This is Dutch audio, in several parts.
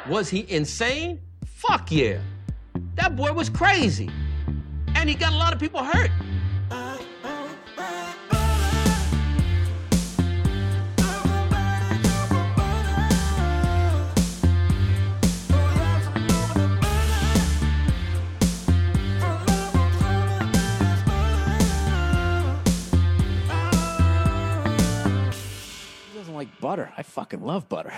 Was he insane? Fuck yeah. That boy was crazy. And he got a lot of people hurt. Like butter. I fucking love butter.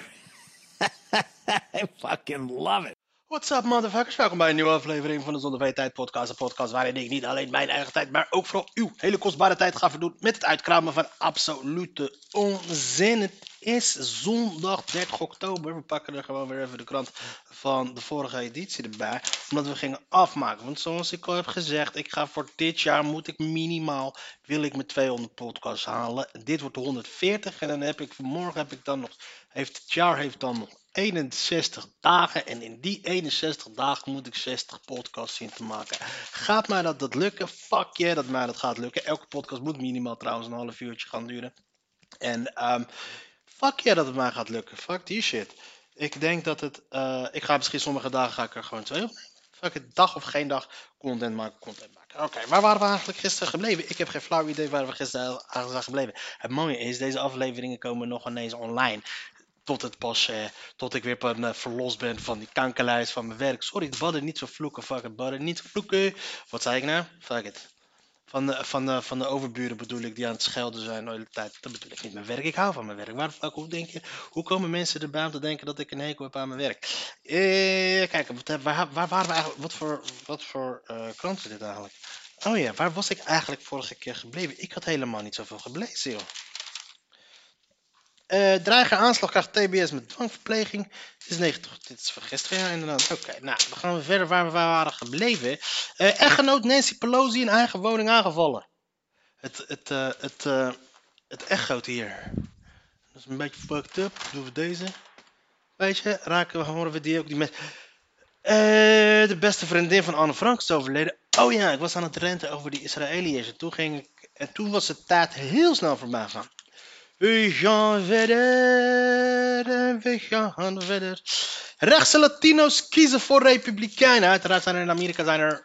I fucking love it. What's up, motherfuckers? Welkom bij een nieuwe aflevering van de Zonder Weet-tijd podcast. Een podcast waarin ik niet alleen mijn eigen tijd, maar ook vooral uw hele kostbare tijd ga verdoen met het uitkramen van absolute onzin. Het is zondag 30 oktober. We pakken er gewoon weer even de krant van de vorige editie erbij, omdat we gingen afmaken. Want zoals ik al heb gezegd, ik ga voor dit jaar moet ik minimaal, wil ik mijn 200 podcasts halen. Dit wordt de 140 en dan heb ik vanmorgen het jaar heeft dan nog 61 dagen en in die 61 dagen moet ik 60 podcasts zien te maken. Gaat mij dat lukken? Fuck yeah, dat mij dat gaat lukken. Elke podcast moet minimaal trouwens een half uurtje gaan duren. En fuck yeah dat het mij gaat lukken. Fuck die shit. Ik denk dat het, ik ga misschien sommige dagen ga ik er gewoon 2 opnemen. Fuck het, dag of geen dag, content maken. Oké, waar waren we eigenlijk gisteren gebleven? Ik heb geen flauw idee waar we gisteren zijn gebleven. Het mooie is, deze afleveringen komen nog ineens online. Tot ik weer verlost ben van die kankerlijst van mijn werk. Sorry, de badden niet zo vloeken. Fuck it, badden niet zo vloeken. Wat zei ik nou? Fuck it. Van de overburen bedoel ik die aan het schelden zijn de hele tijd. Dat bedoel ik niet mijn werk. Ik hou van mijn werk. Waar de fuck, hoe komen mensen erbij om te denken dat ik een hekel heb aan mijn werk? Kijk, waar waren we eigenlijk? Wat voor krant is dit eigenlijk? Oh ja, waar was ik eigenlijk vorige keer gebleven? Ik had helemaal niet zoveel geblezen, joh. Dreiger aanslag krijgt TBS met dwangverpleging. Dit is 90. Dit is van gisteren, ja, inderdaad. Oké, nou, dan gaan we verder waar we waren gebleven. Echtgenoot Nancy Pelosi in eigen woning aangevallen. Het echoot hier. Dat is een beetje fucked up. Doen we deze. Weet je, horen we die ook die met. De beste vriendin van Anne Frank is overleden. Oh ja, ik was aan het renten over die Israëliërs. En toen was de tijd heel snel voorbij gaan. We gaan verder. Rechtse Latino's kiezen voor Republikeinen. Uiteraard zijn er in Amerika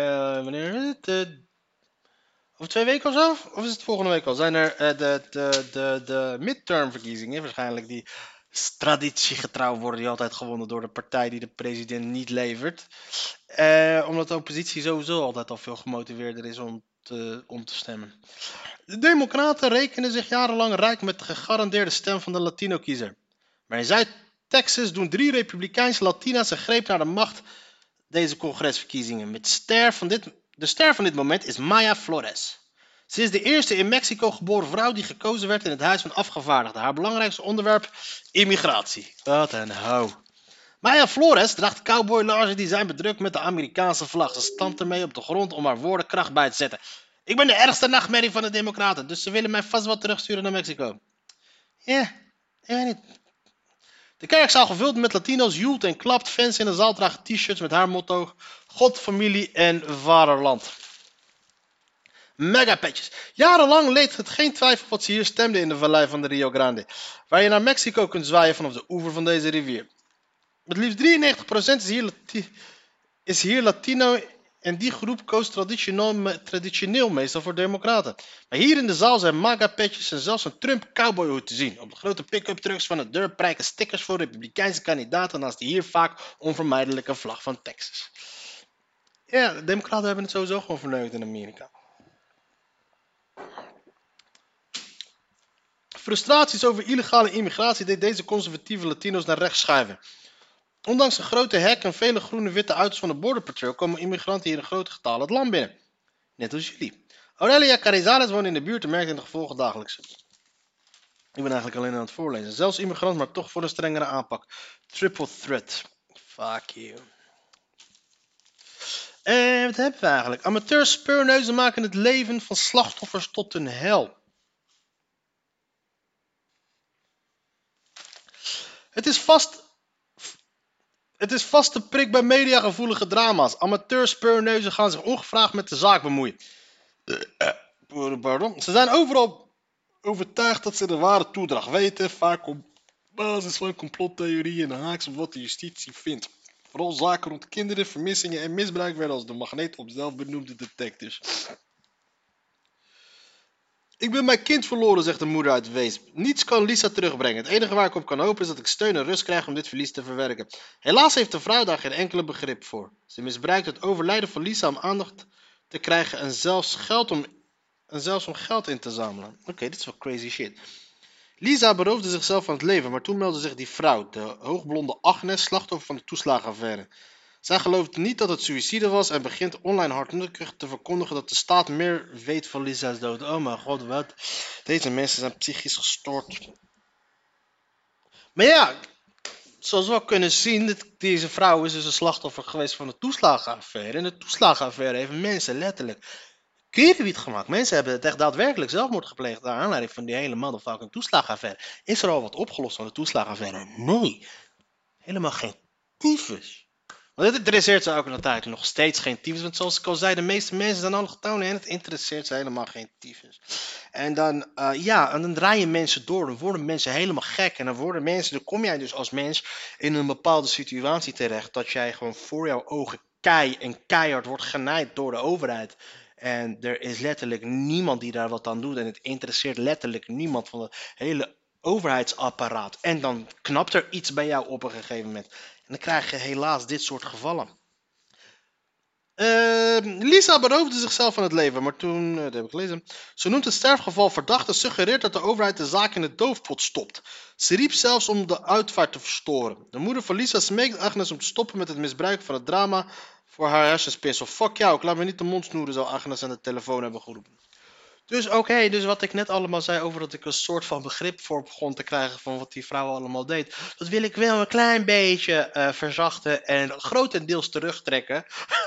over 2 weken of zo? Of is het volgende week al? Zijn er de midterm verkiezingen waarschijnlijk die traditiegetrouw worden. Die altijd gewonnen door de partij die de president niet levert. Omdat de oppositie sowieso altijd al veel gemotiveerder is om te stemmen. De Democraten rekenen zich jarenlang rijk met de gegarandeerde stem van de Latino-kiezer. Maar in Zuid-Texas doen 3 Republikeinse Latina's een greep naar de macht deze congresverkiezingen. De ster van dit moment is Maya Flores. Ze is de eerste in Mexico geboren vrouw die gekozen werd in het Huis van Afgevaardigden. Haar belangrijkste onderwerp, immigratie. Wat een hou. Maya Flores draagt cowboylaarzen die zijn bedrukt met de Amerikaanse vlag. Ze stampt ermee op de grond om haar woorden kracht bij te zetten. Ik ben de ergste nachtmerrie van de Democraten, dus ze willen mij vast wel terugsturen naar Mexico. Ja, ik weet niet. De kerkzaal gevuld met Latino's joelt en klapt. Fans in de zaal dragen t-shirts met haar motto: God, familie en vaderland. Megapatches. Jarenlang leed het geen twijfel wat ze hier stemden in de vallei van de Rio Grande, waar je naar Mexico kunt zwaaien vanaf de oever van deze rivier. Met liefst 93% is hier Latino en die groep koos traditioneel meestal voor democraten. Maar hier in de zaal zijn MAGA-petjes en zelfs een Trump-cowboyhoed te zien. Op de grote pick-up trucks van het dorp prijken stickers voor republikeinse kandidaten naast de hier vaak onvermijdelijke vlag van Texas. Ja, de democraten hebben het sowieso gewoon verneukt in Amerika. Frustraties over illegale immigratie deed deze conservatieve Latino's naar rechts schuiven. Ondanks een grote hek en vele groene witte auto's van de Border Patrol komen immigranten hier in grote getallen het land binnen. Net als jullie. Aurelia Carrizales woont in de buurt en merkt in de gevolgen dagelijks. Ik ben eigenlijk alleen aan het voorlezen. Zelfs immigrant, maar toch voor een strengere aanpak. Triple threat. Fuck you. Wat hebben we eigenlijk? Amateurs speurneuzen maken het leven van slachtoffers tot een hel. Het is vaste prik bij mediagevoelige drama's. Amateur speurneuzen gaan zich ongevraagd met de zaak bemoeien. Pardon. Ze zijn overal overtuigd dat ze de ware toedracht weten. Vaak basis van complottheorieën en haaks op wat de justitie vindt. Vooral zaken rond kinderen, vermissingen en misbruik werden als de magneet op zelfbenoemde detectives. Ik ben mijn kind verloren, zegt de moeder uit Weesp. Niets kan Lisa terugbrengen. Het enige waar ik op kan hopen is dat ik steun en rust krijg om dit verlies te verwerken. Helaas heeft de vrouw daar geen enkele begrip voor. Ze misbruikt het overlijden van Lisa om aandacht te krijgen en zelfs om geld in te zamelen. Oké, dit is wel crazy shit. Lisa beroofde zichzelf van het leven, maar toen meldde zich die vrouw, de hoogblonde Agnes, slachtoffer van de toeslagenaffaire. Zij gelooft niet dat het suïcide was en begint online hardnekkig te verkondigen dat de staat meer weet van Lisa's dood. Oh mijn god, wat? Deze mensen zijn psychisch gestoord. Maar ja, zoals we wel kunnen zien, deze vrouw is dus een slachtoffer geweest van de toeslagenaffaire. En de toeslagenaffaire heeft mensen letterlijk keerwiet gemaakt. Mensen hebben het echt daadwerkelijk zelfmoord gepleegd naar aanleiding van die hele motherfucking toeslagenaffaire. Is er al wat opgelost van de toeslagenaffaire? Nee. Helemaal geen tyfus. Want het interesseert ze ook natuurlijk nog steeds geen tyfus. Want zoals ik al zei, de meeste mensen zijn al getoond en het interesseert ze helemaal geen tyfus. En dan, en dan draaien mensen door. Dan worden mensen helemaal gek. En dan kom jij dus als mens in een bepaalde situatie terecht. Dat jij gewoon voor jouw ogen keihard wordt genaaid door de overheid. En er is letterlijk niemand die daar wat aan doet. En het interesseert letterlijk niemand van het hele overheidsapparaat. En dan knapt er iets bij jou op een gegeven moment. En dan krijg je helaas dit soort gevallen. Lisa beroofde zichzelf van het leven, maar toen, dat heb ik gelezen. Ze noemt het sterfgeval verdacht en suggereert dat de overheid de zaak in de doofpot stopt. Ze riep zelfs om de uitvaart te verstoren. De moeder van Lisa smeekt Agnes om te stoppen met het misbruik van het drama voor haar hersenspinsel. Fuck jou, ik laat me niet de mond snoeren, zou Agnes aan de telefoon hebben geroepen. Dus oké, dus wat ik net allemaal zei over dat ik een soort van begrip voor begon te krijgen van wat die vrouw allemaal deed. Dat wil ik wel een klein beetje verzachten en grotendeels terugtrekken.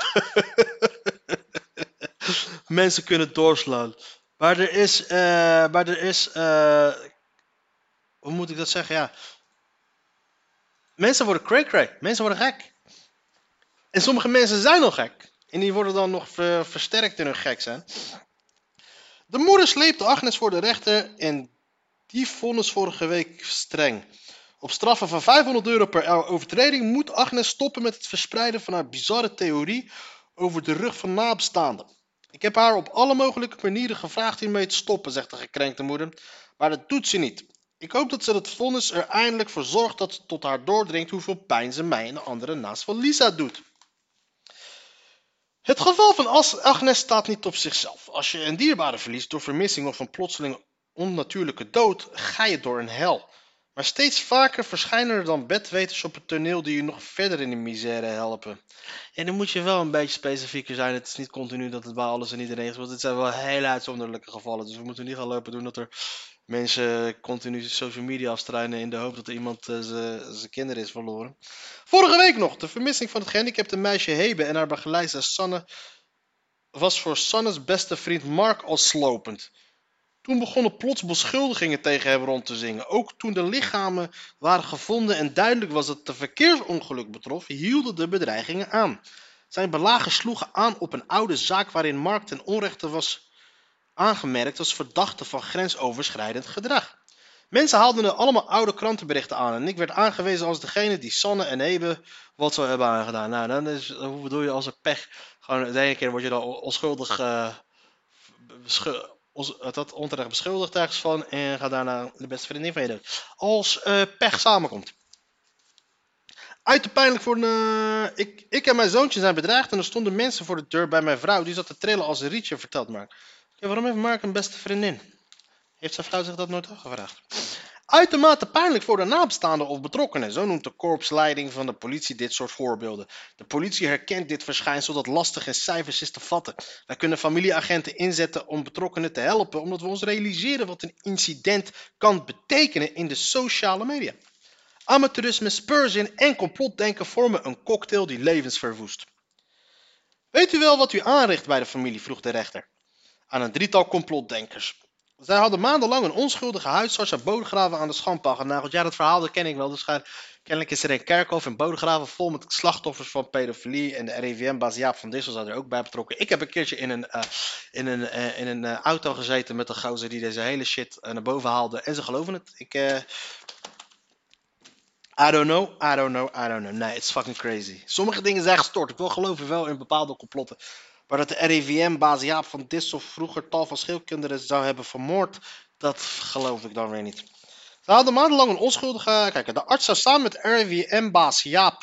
Mensen kunnen doorslaan. Maar er is, hoe moet ik dat zeggen? Ja. Mensen worden cray-cray. Mensen worden gek. En sommige mensen zijn al gek. En die worden dan nog versterkt in hun gek zijn. De moeder sleepte Agnes voor de rechter en die vonnis vorige week streng. Op straffen van €500 per overtreding moet Agnes stoppen met het verspreiden van haar bizarre theorie over de rug van nabestaanden. Ik heb haar op alle mogelijke manieren gevraagd hiermee te stoppen, zegt de gekrenkte moeder, maar dat doet ze niet. Ik hoop dat ze het vonnis er eindelijk voor zorgt dat het tot haar doordringt hoeveel pijn ze mij en de anderen naast van Lisa doet. Het geval van Agnes staat niet op zichzelf. Als je een dierbare verliest door vermissing of een plotseling onnatuurlijke dood, ga je door een hel. Maar steeds vaker verschijnen er dan bedweters op het toneel die je nog verder in de misère helpen. En dan moet je wel een beetje specifieker zijn. Het is niet continu dat het bij alles en iedereen is, want dit zijn wel hele uitzonderlijke gevallen. Dus we moeten niet gaan lopen doen dat er mensen continu social media afstruinen in de hoop dat er iemand zijn kinderen is verloren. Vorige week nog, de vermissing van het gehandicapte meisje Hebe en haar begeleidster Sanne was voor Sannes beste vriend Mark al slopend. Toen begonnen plots beschuldigingen tegen hem rond te zingen. Ook toen de lichamen waren gevonden en duidelijk was dat het een verkeersongeluk betrof, hielden de bedreigingen aan. Zijn belagers sloegen aan op een oude zaak waarin Mark ten onrechte was aangemerkt als verdachte van grensoverschrijdend gedrag. Mensen haalden er allemaal oude krantenberichten aan en ik werd aangewezen als degene die Sanne en Hebe wat zou hebben aangedaan. Nou, dan is, hoe bedoel je als een pech? Gewoon de ene keer word je dan onschuldig onterecht beschuldigd ergens van en gaat daarna de beste vriendin van je dood. Als pech samenkomt. Uiterpijnlijk voor ik en mijn zoontje zijn bedreigd en er stonden mensen voor de deur bij mijn vrouw. Die zat te trillen als een rietje, vertelt Mark. Waarom heeft Mark een beste vriendin? Heeft zijn vrouw zich dat nooit afgevraagd? Uitermate pijnlijk voor de nabestaanden of betrokkenen. Zo noemt de korpsleiding van de politie dit soort voorbeelden. De politie herkent dit verschijnsel dat lastig in cijfers is te vatten. Wij kunnen familieagenten inzetten om betrokkenen te helpen, omdat we ons realiseren wat een incident kan betekenen in de sociale media. Amateurisme, speurzin en complotdenken vormen een cocktail die levens verwoest. Weet u wel wat u aanricht bij de familie, vroeg de rechter aan een drietal complotdenkers. Zij hadden maandenlang een onschuldige huisarts en Bodegraven aan de schandpaal genageld. Ja, dat verhaal dat ken ik wel. Dus kennelijk is er een kerkhof in Bodegraven vol met slachtoffers van pedofilie. En de RIVM-baas Jaap van Dissel zou er ook bij betrokken. Ik heb een keertje in een auto gezeten met een gozer die deze hele shit naar boven haalde. En ze geloven het. I don't know. Nee, it's fucking crazy. Sommige dingen zijn gestoord. Ik wil geloven wel in bepaalde complotten. Maar dat de RIVM-baas Jaap van Dissel vroeger tal van schildkinderen zou hebben vermoord, dat geloof ik dan weer niet. Ze hadden maandenlang een onschuldige... Kijk, de arts zou samen met RIVM-baas Jaap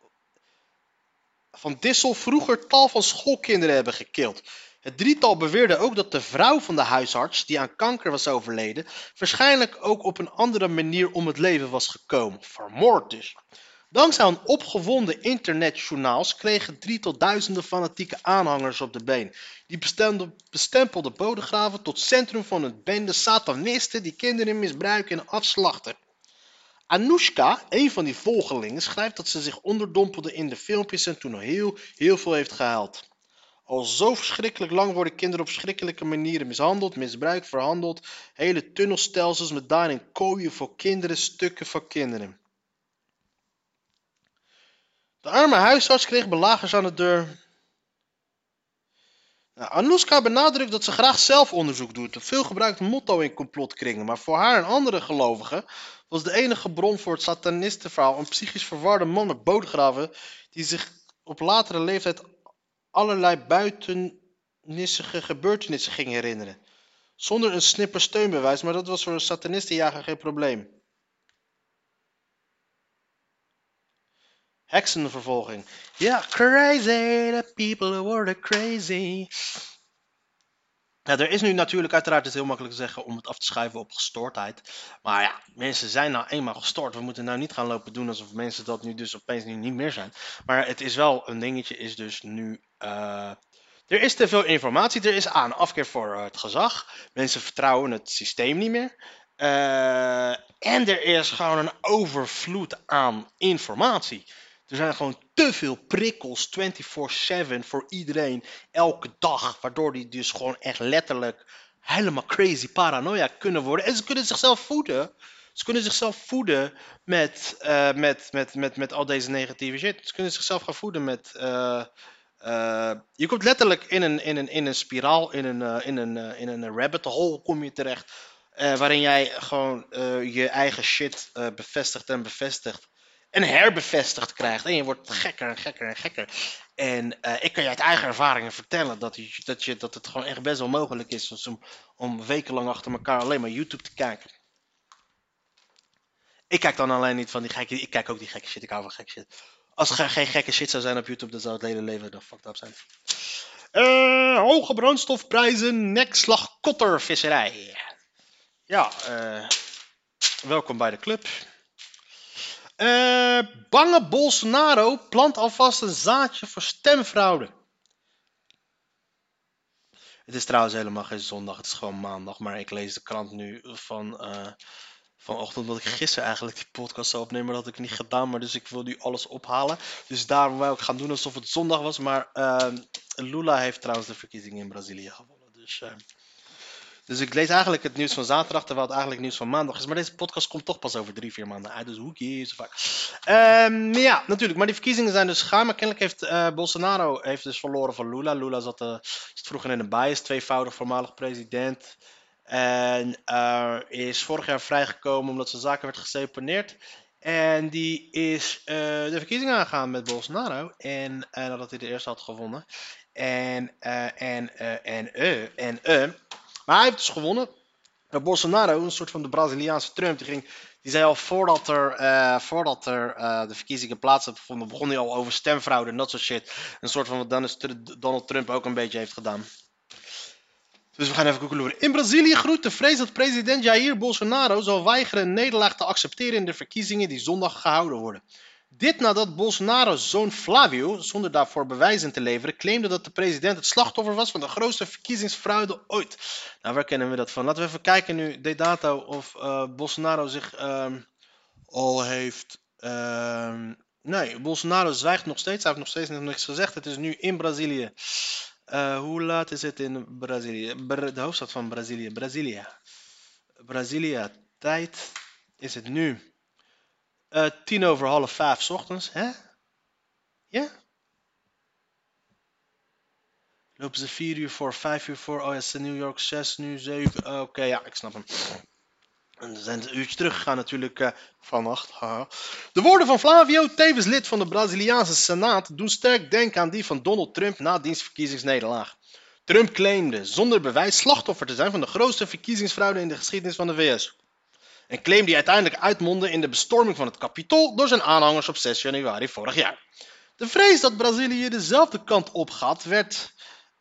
van Dissel vroeger tal van schoolkinderen hebben gekild. Het drietal beweerde ook dat de vrouw van de huisarts, die aan kanker was overleden, waarschijnlijk ook op een andere manier om het leven was gekomen. Vermoord dus. Dankzij een opgewonden internetjournaals kreeg het drietal duizenden fanatieke aanhangers op de been. Die bestempelde Bodegraven tot centrum van een bende satanisten die kinderen misbruiken en afslachten. Anoushka, een van die volgelingen, schrijft dat ze zich onderdompelde in de filmpjes en toen heel veel heeft gehuild. Al zo verschrikkelijk lang worden kinderen op verschrikkelijke manieren mishandeld, misbruikt, verhandeld. Hele tunnelstelsels met daarin kooien voor kinderen, stukken van kinderen. De arme huisarts kreeg belagers aan de deur. Anoushka benadrukt dat ze graag zelf onderzoek doet. Een veelgebruikt motto in complotkringen. Maar voor haar en andere gelovigen was de enige bron voor het satanistenverhaal een psychisch verwarde man uit Bodegraven die zich op latere leeftijd allerlei buitennissige gebeurtenissen ging herinneren. Zonder een snipper steunbewijs, maar dat was voor een satanistenjager geen probleem. Heksenvervolging. Ja, crazy, the people were crazy. Ja, er is nu natuurlijk uiteraard, het is heel makkelijk te zeggen om het af te schuiven op gestoordheid. Maar ja, mensen zijn nou eenmaal gestoord. We moeten nou niet gaan lopen doen alsof mensen dat nu dus opeens nu niet meer zijn. Maar het is wel, een dingetje is dus nu... er is te veel informatie, er is aan afkeer voor het gezag. Mensen vertrouwen het systeem niet meer. En er is gewoon een overvloed aan informatie. Er zijn gewoon te veel prikkels 24/7 voor iedereen, elke dag. Waardoor die dus gewoon echt letterlijk helemaal crazy paranoia kunnen worden. En ze kunnen zichzelf voeden. Ze kunnen zichzelf voeden met al deze negatieve shit. Ze kunnen zichzelf gaan voeden met... je komt letterlijk in een spiraal, in een rabbit hole kom je terecht. Waarin jij gewoon je eigen shit bevestigt en bevestigt. En herbevestigd krijgt. En je wordt gekker en gekker en gekker. En ik kan je uit eigen ervaringen vertellen dat het gewoon echt best wel mogelijk is om wekenlang achter elkaar alleen maar YouTube te kijken. Ik kijk dan alleen niet van die gekke... Ik kijk ook die gekke shit. Ik hou van gekke shit. Als er geen gekke shit zou zijn op YouTube, dan zou het hele leven nog fucked up zijn. Hoge brandstofprijzen, nekslag kottervisserij. Ja, welkom bij de club. Bange Bolsonaro plant alvast een zaadje voor stemfraude. Het is trouwens helemaal geen zondag, het is gewoon maandag. Maar ik lees de krant nu vanochtend, omdat ik gisteren eigenlijk die podcast zou opnemen, maar dat had ik niet gedaan. Maar dus ik wil nu alles ophalen. Dus daarom wou ik gaan doen alsof het zondag was. Maar Lula heeft trouwens de verkiezingen in Brazilië gewonnen. Dus ik lees eigenlijk het nieuws van zaterdag, terwijl het eigenlijk nieuws van maandag is. Maar deze podcast komt toch pas over 3-4 maanden uit. Dus hoe cares? Ja, natuurlijk. Maar die verkiezingen zijn dus gegaan. Maar kennelijk heeft Bolsonaro dus verloren van Lula. Lula zat vroeger in een bias, tweevoudig voormalig president. En is vorig jaar vrijgekomen omdat zijn zaken werd geseponeerd. En die is de verkiezingen aangegaan met Bolsonaro. En nadat hij de eerste had gewonnen. Maar hij heeft dus gewonnen. Bolsonaro, een soort van de Braziliaanse Trump, die zei al voordat er de verkiezingen plaats hadden gevonden, begon hij al over stemfraude en dat soort shit. Een soort van wat Donald Trump ook een beetje heeft gedaan. Dus we gaan even googlen. In Brazilië groeit de vrees dat president Jair Bolsonaro zal weigeren een nederlaag te accepteren in de verkiezingen die zondag gehouden worden. Dit nadat Bolsonaro's zoon Flavio, zonder daarvoor bewijzen te leveren, claimde dat de president het slachtoffer was van de grootste verkiezingsfraude ooit. Nou, waar kennen we dat van? Laten we even kijken nu, Dedato, of Bolsonaro zich al heeft... nee, Bolsonaro zwijgt nog steeds. Hij heeft nog steeds niks gezegd. Het is nu in Brazilië. Hoe laat is het in Brazilië? De hoofdstad van Brazilië. Brazilië. Tijd is het nu. 5:10 's ochtends, hè? Ja? Lopen ze 4 uur voor, 5 uur voor. Oh ja, het is New York 6, nu 7. Oké, ja, ik snap hem. En dan zijn ze een uurtje teruggegaan natuurlijk vannacht. Haha. De woorden van Flavio, tevens lid van de Braziliaanse Senaat, doen sterk denken aan die van Donald Trump na diens verkiezingsnederlaag. Trump claimde zonder bewijs slachtoffer te zijn van de grootste verkiezingsfraude in de geschiedenis van de VS. Een claim die uiteindelijk uitmondde in de bestorming van het Capitool door zijn aanhangers op 6 januari vorig jaar. De vrees dat Brazilië dezelfde kant op gaat werd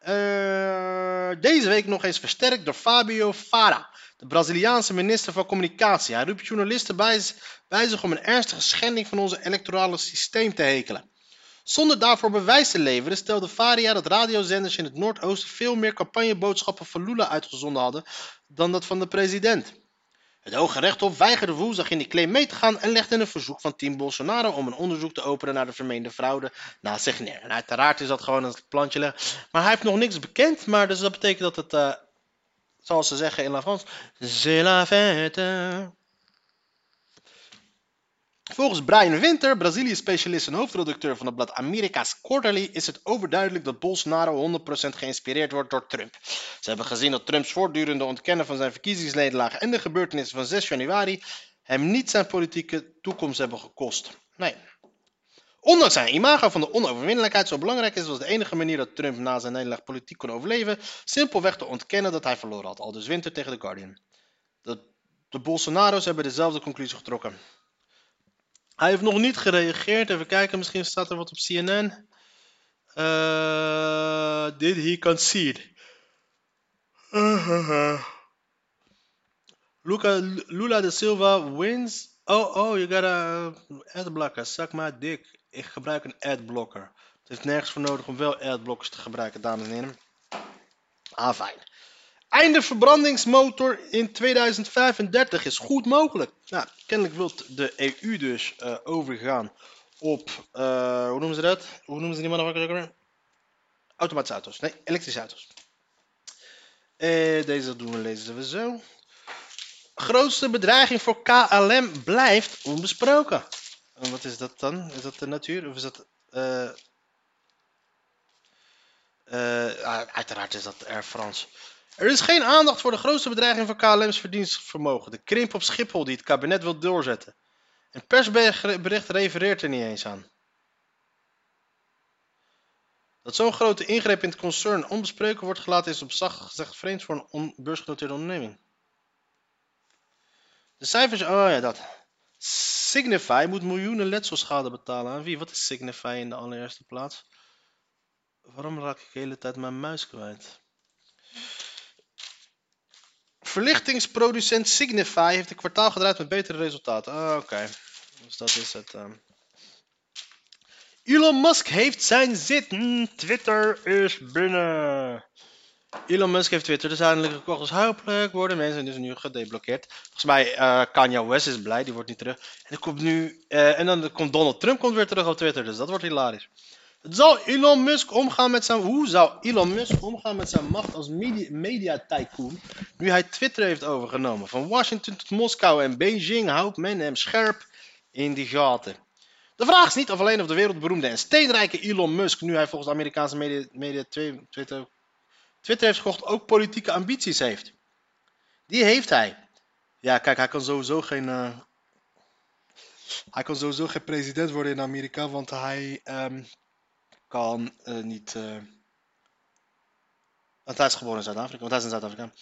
deze week nog eens versterkt door Fabio Fara, de Braziliaanse minister van Communicatie. Hij roept journalisten bij zich om een ernstige schending van ons electorale systeem te hekelen. Zonder daarvoor bewijs te leveren stelde Faria dat radiozenders in het Noordoosten veel meer campagneboodschappen van Lula uitgezonden hadden dan dat van de president. Het Hoge Rechtshof weigerde woensdag in die claim mee te gaan en legde een verzoek van team Bolsonaro om een onderzoek te openen naar de vermeende fraude naast zich neer. En uiteraard is dat gewoon een plantje leggen. Maar hij heeft nog niks bekend, maar dus dat betekent dat het, zoals ze zeggen in La France, c'est la fête. Volgens Brian Winter, Brazilië-specialist en hoofdredacteur van het blad America's Quarterly, is het overduidelijk dat Bolsonaro 100% geïnspireerd wordt door Trump. Ze hebben gezien dat Trumps voortdurende ontkennen van zijn verkiezingsnederlaag en de gebeurtenissen van 6 januari hem niet zijn politieke toekomst hebben gekost. Nee. Ondanks zijn imago van de onoverwinnelijkheid zo belangrijk is, was de enige manier dat Trump na zijn nederlaag politiek kon overleven, simpelweg te ontkennen dat hij verloren had. Aldus Winter tegen The Guardian. De Bolsonaro's hebben dezelfde conclusie getrokken. Hij heeft nog niet gereageerd. Even kijken, misschien staat er wat op CNN. Did he concede? Lula da Silva wins. Oh, you got a adblocker. Suck my dick. Ik gebruik een adblocker. Het heeft nergens voor nodig om wel adblockers te gebruiken, dames en heren. Fijn. Einde verbrandingsmotor in 2035 is goed mogelijk. Nou, kennelijk wil de EU dus overgaan op, hoe noemen ze dat? Hoe noemen ze die mannen ook weer? Automatische auto's. Nee, elektrische auto's. Deze lezen we zo. Grootste bedreiging voor KLM blijft onbesproken. En wat is dat dan? Is dat de natuur? Of is dat... uiteraard is dat Air France. Er is geen aandacht voor de grootste bedreiging van KLM's verdienstvermogen. De krimp op Schiphol die het kabinet wil doorzetten. Een persbericht refereert er niet eens aan. Dat zo'n grote ingreep in het concern onbesproken wordt gelaten is op zacht gezegd vreemd voor een beursgenoteerde onderneming. De cijfers... Oh ja, dat. Signify moet miljoenen letselschade betalen aan wie? Wat is Signify in de allereerste plaats? Waarom raak ik de hele tijd mijn muis kwijt? Verlichtingsproducent Signify heeft een kwartaal gedraaid met betere resultaten. Oké. Dus dat is het. Elon Musk heeft zijn zit. Twitter is binnen. Elon Musk heeft Twitter dus eindelijk gekocht. Dus hopelijk worden mensen dus nu gedeblokkeerd. Volgens mij Kanye West is blij. Die wordt niet terug. En dan komt nu... en dan komt Donald Trump weer terug op Twitter. Dus dat wordt hilarisch. Hoe zou Elon Musk omgaan met zijn macht als media tycoon nu hij Twitter heeft overgenomen? Van Washington tot Moskou en Beijing houdt men hem scherp in die gaten. De vraag is niet alleen of de wereldberoemde en steenrijke Elon Musk, nu hij volgens de Amerikaanse media Twitter heeft gekocht, ook politieke ambities heeft. Die heeft hij. Ja, kijk, hij kan sowieso geen president worden in Amerika, want hij... kan niet... want hij is geboren in Zuid-Afrika. Want hij is in Zuid-Afrika.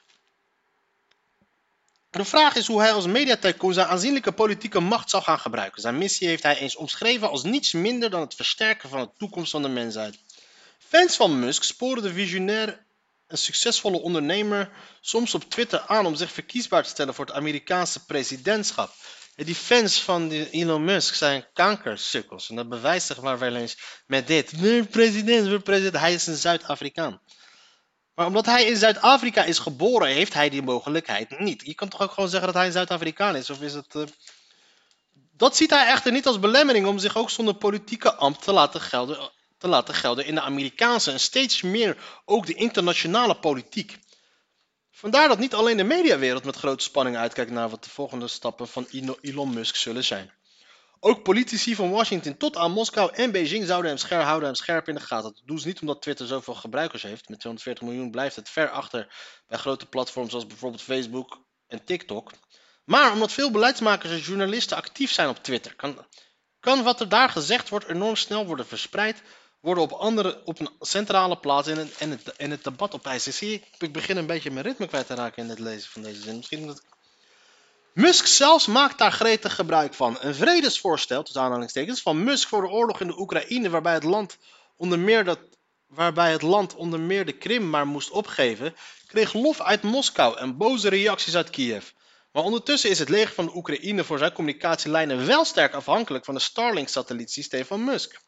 De vraag is hoe hij als mediatycoon zijn aanzienlijke politieke macht zou gaan gebruiken. Zijn missie heeft hij eens omschreven als niets minder dan het versterken van de toekomst van de mensheid. Fans van Musk sporen de visionair en succesvolle ondernemer soms op Twitter aan om zich verkiesbaar te stellen voor het Amerikaanse presidentschap. Die fans van Elon Musk zijn kankersukkels. En dat bewijst zich maar wel eens met dit. Weer president. Hij is een Zuid-Afrikaan. Maar omdat hij in Zuid-Afrika is geboren, heeft hij die mogelijkheid niet. Je kan toch ook gewoon zeggen dat hij een Zuid-Afrikaan is? Of is het... Dat ziet hij echter niet als belemmering om zich ook zonder politieke ambt te laten gelden in de Amerikaanse en steeds meer ook de internationale politiek. Vandaar dat niet alleen de mediawereld met grote spanning uitkijkt naar wat de volgende stappen van Elon Musk zullen zijn. Ook politici van Washington tot aan Moskou en Beijing houden hem scherp in de gaten. Dat doen ze niet omdat Twitter zoveel gebruikers heeft. Met 240 miljoen blijft het ver achter bij grote platforms zoals bijvoorbeeld Facebook en TikTok. Maar omdat veel beleidsmakers en journalisten actief zijn op Twitter, kan wat er daar gezegd wordt enorm snel worden verspreid, worden op een centrale plaats in het debat opeisen. Zie je, ik begin een beetje mijn ritme kwijt te raken in het lezen van deze zin. Misschien omdat Musk zelfs maakt daar gretig gebruik van. Een vredesvoorstel, tussen aanhalingstekens, van Musk voor de oorlog in de Oekraïne, waarbij het land onder meer de Krim maar moest opgeven, kreeg lof uit Moskou en boze reacties uit Kiev. Maar ondertussen is het leger van de Oekraïne voor zijn communicatielijnen wel sterk afhankelijk van de Starlink-satellietsysteem van Musk.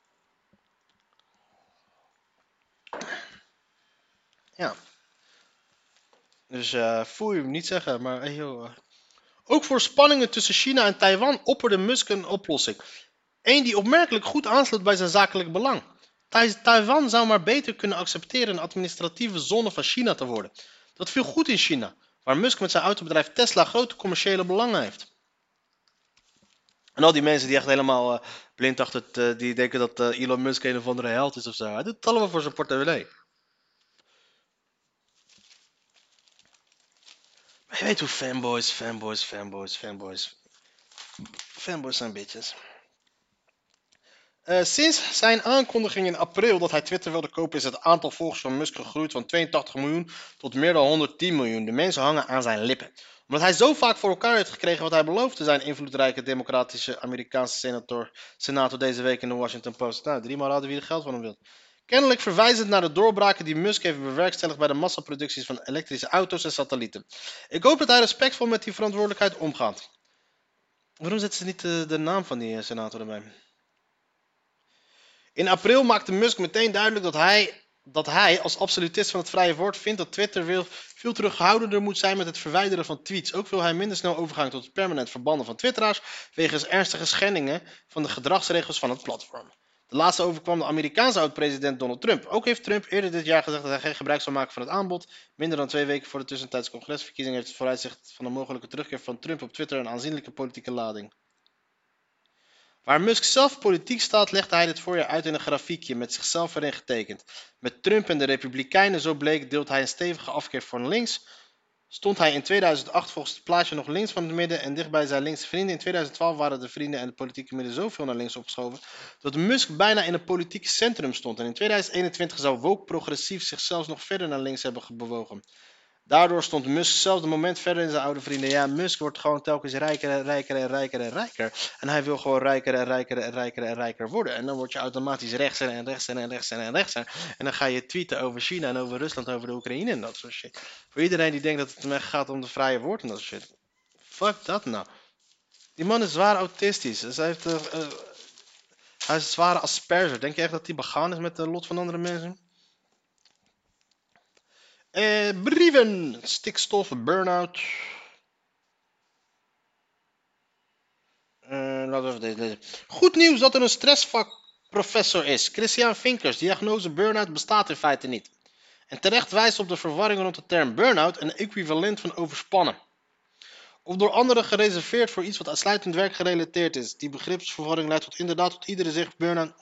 Ja. Dus voel je hem niet zeggen, maar hey, joh. Ook voor spanningen tussen China en Taiwan opperde Musk een oplossing. Eén die opmerkelijk goed aansluit bij zijn zakelijk belang. Taiwan zou maar beter kunnen accepteren een administratieve zone van China te worden. Dat viel goed in China, waar Musk met zijn autobedrijf Tesla grote commerciële belangen heeft. En al die mensen die echt helemaal blind achter het, die denken dat Elon Musk een of andere held is of zo. Hij doet het allemaal voor zijn portemonnee. Maar je weet hoe fanboys zijn bitches. Sinds zijn aankondiging in april dat hij Twitter wilde kopen, is het aantal volgers van Musk gegroeid van 82 miljoen tot meer dan 110 miljoen. De mensen hangen aan zijn lippen. Omdat hij zo vaak voor elkaar heeft gekregen wat hij beloofde, zijn invloedrijke democratische Amerikaanse senator deze week in de Washington Post. Nou, 3 maal raden wie er geld van hem wil. Kennelijk verwijzend naar de doorbraken die Musk heeft bewerkstelligd bij de massaproducties van elektrische auto's en satellieten. Ik hoop dat hij respectvol met die verantwoordelijkheid omgaat. Waarom zetten ze niet de naam van die senator erbij? In april maakte Musk meteen duidelijk dat hij als absolutist van het vrije woord vindt dat Twitter veel terughoudender moet zijn met het verwijderen van tweets. Ook wil hij minder snel overgaan tot het permanent verbannen van twitteraars wegens ernstige schendingen van de gedragsregels van het platform. De laatste overkwam de Amerikaanse oud-president Donald Trump. Ook heeft Trump eerder dit jaar gezegd dat hij geen gebruik zou maken van het aanbod. Minder dan 2 weken voor de tussentijdse congresverkiezing heeft het vooruitzicht van de mogelijke terugkeer van Trump op Twitter een aanzienlijke politieke lading. Waar Musk zelf politiek staat, legde hij dit voorjaar uit in een grafiekje met zichzelf erin getekend. Met Trump en de Republikeinen, zo bleek, deelt hij een stevige afkeer van links. Stond hij in 2008 volgens het plaatje nog links van het midden en dichtbij zijn linkse vrienden. In 2012 waren de vrienden en het politieke midden zoveel naar links opgeschoven dat Musk bijna in het politieke centrum stond. En in 2021 zou woke progressief zich zelfs nog verder naar links hebben bewogen. Daardoor stond Musk zelfs een moment verder in zijn oude vrienden. Ja, Musk wordt gewoon telkens rijker en rijker en rijker en rijker. En hij wil gewoon rijker en rijker en rijker en rijker worden. En dan word je automatisch rechtser en rechtser en rechtser en rechtser. En dan ga je tweeten over China en over Rusland, over de Oekraïne en dat soort shit. Voor iedereen die denkt dat het hem echt gaat om de vrije woord en dat soort shit. Fuck dat nou. Die man is zwaar autistisch. Dus hij is een zware asperger. Denk je echt dat hij begaan is met het lot van andere mensen? Brieven, stikstof, burn-out. Laten we even deze lezen. Goed nieuws dat er een stressvakprofessor is. Christian Vinkers, diagnose burn-out bestaat in feite niet. En terecht wijst op de verwarring rond de term burn-out en equivalent van overspannen. Of door anderen gereserveerd voor iets wat uitsluitend werkgerelateerd is. Die begripsverwarring leidt tot iedere zegt burn-out.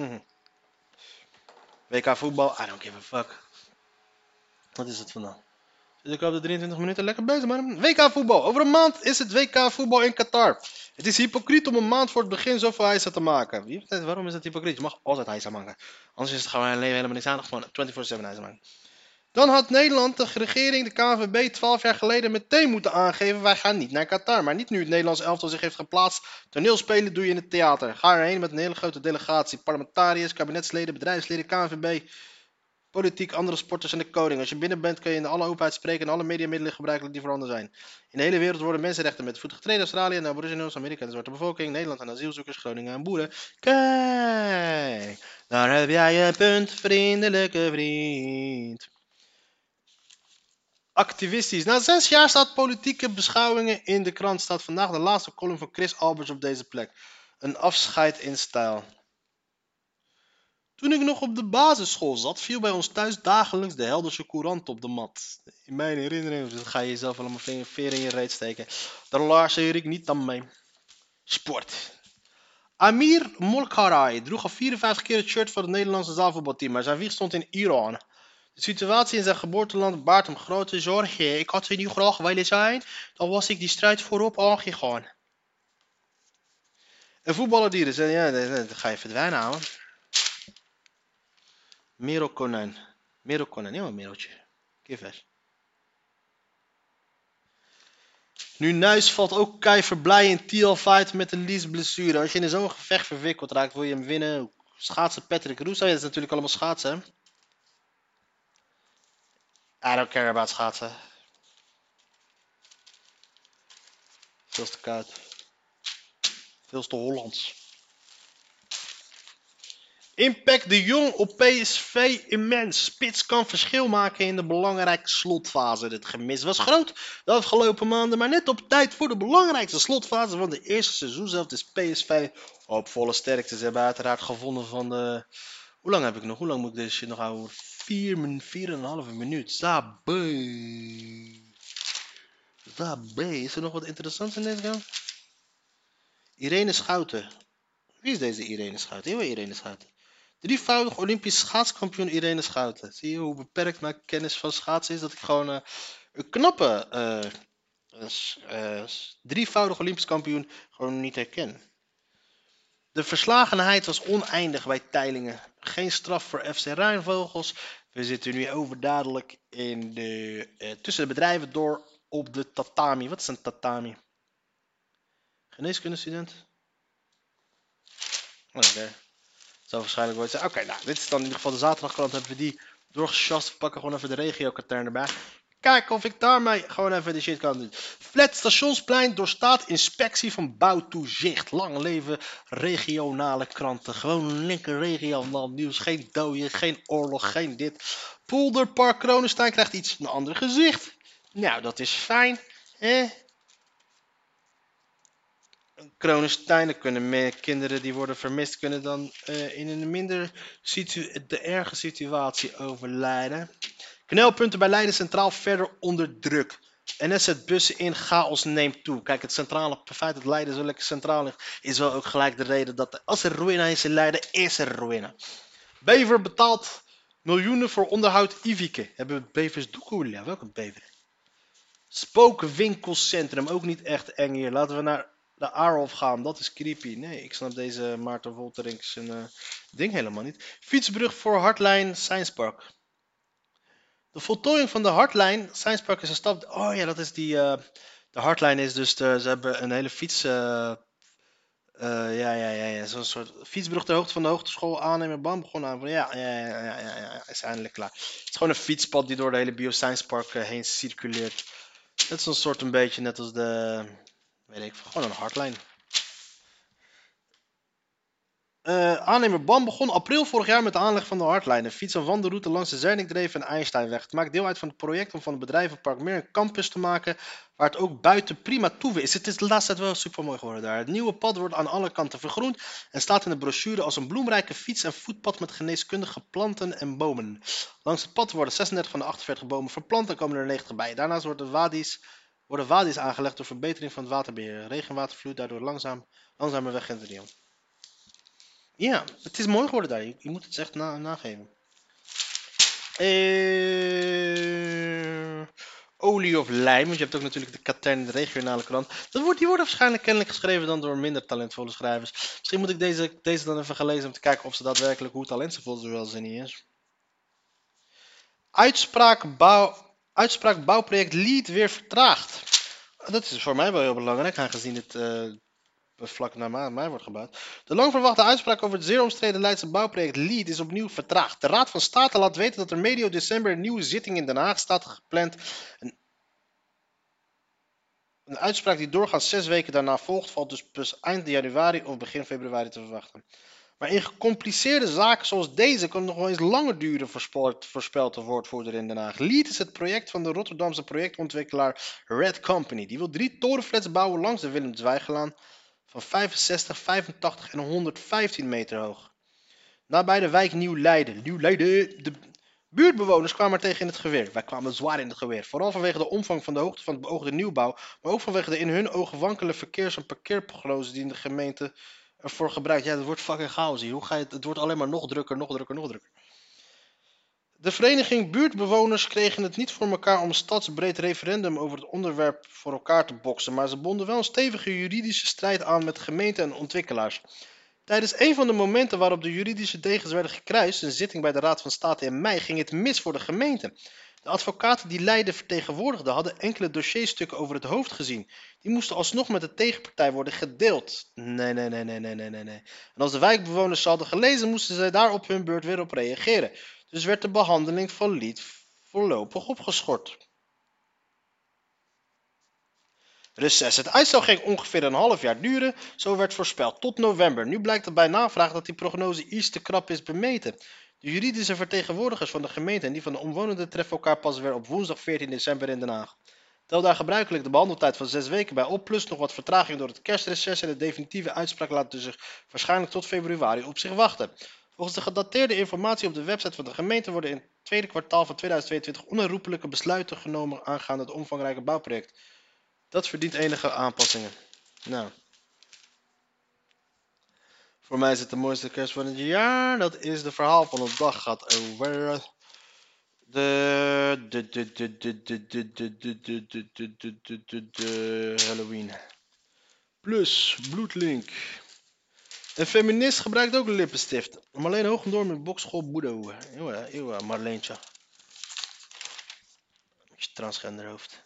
WK voetbal, I don't give a fuck. Wat is het vandaag? Dus ik hoop de 23 minuten lekker bezig, man. WK voetbal. Over een maand is het WK voetbal in Qatar. Het is hypocriet om een maand voor het begin zoveel hijsa te maken. Waarom is het hypocriet? Je mag altijd hijsa maken. Anders is het gewoon leven helemaal niks aan. Gewoon 24/7 hijsa maken. Dan had Nederland, de regering, de KNVB 12 jaar geleden meteen moeten aangeven. Wij gaan niet naar Qatar. Maar niet nu het Nederlands elftal zich heeft geplaatst. Toneelspelen doe je in het theater. Ga erheen met een hele grote delegatie. Parlementariërs, kabinetsleden, bedrijfsleden, KNVB... Politiek, andere sporters en de koning. Als je binnen bent kun je in alle openheid spreken en alle mediamiddelen gebruikelijk die voorhanden zijn. In de hele wereld worden mensenrechten met voet getreden. Australië, de Aboriginals, Amerika en de zwarte bevolking. Nederland en asielzoekers, Groningen en boeren. Kijk, daar heb jij een punt, vriendelijke vriend. Activistisch. Na 6 jaar staat politieke beschouwingen in de krant. Staat vandaag de laatste column van Chris Alberts op deze plek. Een afscheid in stijl. Toen ik nog op de basisschool zat, viel bij ons thuis dagelijks de Helderse Courant op de mat. In mijn herinnering, dus ga je jezelf allemaal veren in je reet steken. Daar luister ik niet aan mee. Sport. Amir Molkarai droeg al 54 keer het shirt van het Nederlandse zaalvoetbalteam, maar zijn wieg stond in Iran. De situatie in zijn geboorteland baart hem grote zorgen. Ik had er niet graag willen zijn, dan was ik die strijd voorop aangegaan. En voetballer die er zijn, ja, dan ga je verdwijnen, ouwe. Merel Konijn. Merel Konijn, ja, Mereltje. Kivers. Nu Nuis valt ook keiverblij in TL fight met een liesblessure. Als je in zo'n gevecht verwikkeld raakt, wil je hem winnen. Schaatsen Patrick Roes. Dat is natuurlijk allemaal schaatsen, hè? I don't care about schaatsen. Veel te koud. Veel te Hollands. Impact de Jong op PSV immens. Spits kan verschil maken in de belangrijke slotfase. Het gemis was groot de afgelopen maanden, maar net op tijd voor de belangrijkste slotfase van de eerste seizoen zelf is PSV op volle sterkte. Ze hebben uiteraard gevonden van de... Hoe lang heb ik nog? Hoe lang moet ik deze shit nog houden? 4,5 minuut. Zabé. Is er nog wat interessants in deze gang? Irene Schouten. Wie is deze Irene Schouten? Heel Irene Schouten. Drievoudig Olympisch schaatskampioen Irene Schouten. Zie je hoe beperkt mijn kennis van schaatsen is? Dat ik gewoon een knappe drievoudig Olympisch kampioen gewoon niet herken. De verslagenheid was oneindig bij Teylingen. Geen straf voor FC Rijnvogels. We zitten nu overduidelijk in tussen de bedrijven door op de tatami. Wat is een tatami? Geneeskundestudent? Oké. Zou waarschijnlijk ooit zijn. Oké, nou, dit is dan in ieder geval de zaterdagkrant. Hebben we die doorgesjast. We pakken gewoon even de regio-katern erbij. Kijken of ik daarmee gewoon even de shit kan doen. Flat Stationsplein doorstaat inspectie van bouwtoezicht. Lang leven regionale kranten. Gewoon lekker regionaal nieuws. Geen doden, geen oorlog, geen dit. Polderpark Kronenstein krijgt iets een ander gezicht. Nou, dat is fijn. Kronenstein, dan kunnen kinderen die worden vermist, kunnen dan in een minder erge situatie overlijden. Knelpunten bij Leiden Centraal verder onder druk. NS zet bussen in, chaos neemt toe. Kijk, het feit dat Leiden zo lekker centraal ligt, is wel ook gelijk de reden dat als er ruïna is in Leiden, is er ruïna. Bever betaalt miljoenen voor onderhoud Ivike. Hebben we Bevers doekoe? Ja, welke Bever? Spookwinkelcentrum, ook niet echt eng hier. Laten we naar de Aarhof gaan, dat is creepy. Nee, ik snap deze Maarten Wolterink zijn ding helemaal niet. Fietsbrug voor Hartlijn Science Park. De voltooiing van de Hartlijn Science Park is een stap... Oh ja, dat is die... de Hartlijn is dus... ze hebben een hele fiets... zo'n soort fietsbrug ter hoogte van de hogeschool aannemen. Bam, begonnen aan. Ja, is eindelijk klaar. Het is gewoon een fietspad die door de hele Bioscience Park heen circuleert. Het is een soort een beetje net als de... Weet ik, gewoon een hardlijn. Aannemer BAM begon april vorig jaar met de aanleg van de hardlijn. Een fiets- en wandelroute langs de Zernigdreef en Einsteinweg. Het maakt deel uit van het project om van het bedrijvenpark meer een campus te maken, waar het ook buiten prima toe is. Het is de laatste tijd wel super mooi geworden daar. Het nieuwe pad wordt aan alle kanten vergroend en staat in de brochure als een bloemrijke fiets- en voetpad met geneeskundige planten en bomen. Langs het pad worden 36 van de 48 bomen verplant en komen er 90 bij. Daarnaast worden wadi's aangelegd door verbetering van het waterbeheer. Regenwater vloeit daardoor langzamer weg in het riool. Ja, het is mooi geworden daar. Je moet het echt nageven. Olie of lijm, want je hebt ook natuurlijk de Katern, de regionale krant. Die worden waarschijnlijk kennelijk geschreven dan door minder talentvolle schrijvers. Misschien moet ik deze dan even gaan lezen om te kijken of ze daadwerkelijk hoe talentvol ze wel zijn niet is. Uitspraak bouwproject Lead weer vertraagd. Dat is voor mij wel heel belangrijk, aangezien het vlak na mij wordt gebouwd. De lang verwachte uitspraak over het zeer omstreden Leidse bouwproject Lead is opnieuw vertraagd. De Raad van State laat weten dat er medio december een nieuwe zitting in Den Haag staat gepland. Een uitspraak die doorgaans 6 weken daarna volgt, valt dus pas eind januari of begin februari te verwachten. Maar in gecompliceerde zaken zoals deze kan het nog wel eens langer duren, voorspelt de woordvoerder in Den Haag. Lead is het project van de Rotterdamse projectontwikkelaar Red Company. Die wil 3 torenflats bouwen langs de Willem Zwijgelaan van 65, 85 en 115 meter hoog. Nabij de wijk Nieuw-Leiden. De buurtbewoners kwamen er tegen in het geweer. Wij kwamen zwaar in het geweer. Vooral vanwege de omvang van de hoogte van het beoogde nieuwbouw, maar ook vanwege de in hun ogen wankele verkeers- en parkeerprognoses die in de gemeente ervoor gebruikt. Ja, dat wordt fucking chaos hier. Het wordt alleen maar nog drukker. De vereniging buurtbewoners kregen het niet voor elkaar om een stadsbreed referendum over het onderwerp voor elkaar te boksen, maar ze bonden wel een stevige juridische strijd aan met gemeenten en ontwikkelaars. Tijdens een van de momenten waarop de juridische degens werden gekruist, een zitting bij de Raad van State in mei, ging het mis voor de gemeente. De advocaten die Leiden vertegenwoordigden hadden enkele dossierstukken over het hoofd gezien. Die moesten alsnog met de tegenpartij worden gedeeld. Nee. En als de wijkbewoners ze hadden gelezen, moesten zij daar op hun beurt weer op reageren. Dus werd de behandeling van Lied voorlopig opgeschort. Reces. Het uitstel ging ongeveer een half jaar duren, zo werd voorspeld, tot november. Nu blijkt er bij navraag dat die prognose iets te krap is bemeten. De juridische vertegenwoordigers van de gemeente en die van de omwonenden treffen elkaar pas weer op woensdag 14 december in Den Haag. Tel daar gebruikelijk de behandeltijd van 6 weken bij op, plus nog wat vertraging door het kerstreces en de definitieve uitspraak laat dus waarschijnlijk tot februari op zich wachten. Volgens de gedateerde informatie op de website van de gemeente worden in het tweede kwartaal van 2022 onherroepelijke besluiten genomen aangaande het omvangrijke bouwproject. Dat verdient enige aanpassingen. Nou. Voor mij is het de mooiste kerst van het jaar. Dat is de verhaal van de dag gaat over de Halloween. Plus bloedlink. Een feminist gebruikt ook een lippenstift. Marleen Hoogendoorn met bokschool Boedo. Eeuw, Marleentje. Met je transgenderhoofd.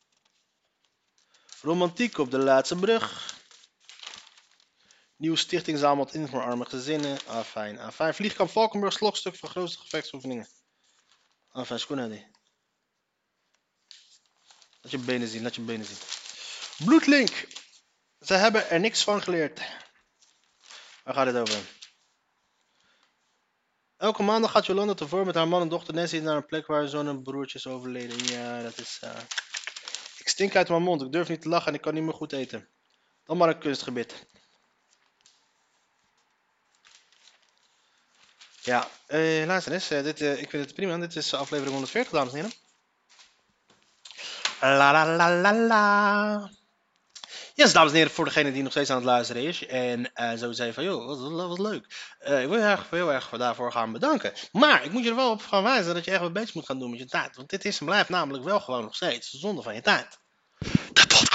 Romantiek op de laatste brug. Nieuwe stichting zamelt in voor arme gezinnen. Afijn. Vliegkamp Valkenburg, slokstuk van grootste gevechtsoefeningen. Afijn, schoenen. Laat je benen zien. Bloedlink. Ze hebben er niks van geleerd. Waar gaat het over? Elke maandag gaat Jolanda tevoren met haar man en dochter Nessie naar een plek waar zo'n en broertje is overleden. Ja, dat is... Ik stink uit mijn mond, ik durf niet te lachen en ik kan niet meer goed eten. Dan maar een kunstgebit. Ja, luister eens, ik vind het prima. Dit is aflevering 140, dames en heren. La. Yes, dames en heren, voor degene die nog steeds aan het luisteren is. En zo zei van, joh, wat leuk. Ik wil je heel erg daarvoor gaan bedanken. Maar ik moet je er wel op gaan wijzen dat je echt wat bezig moet gaan doen met je tijd. Want dit is en blijft namelijk wel gewoon nog steeds de zonde van je tijd. De podcast.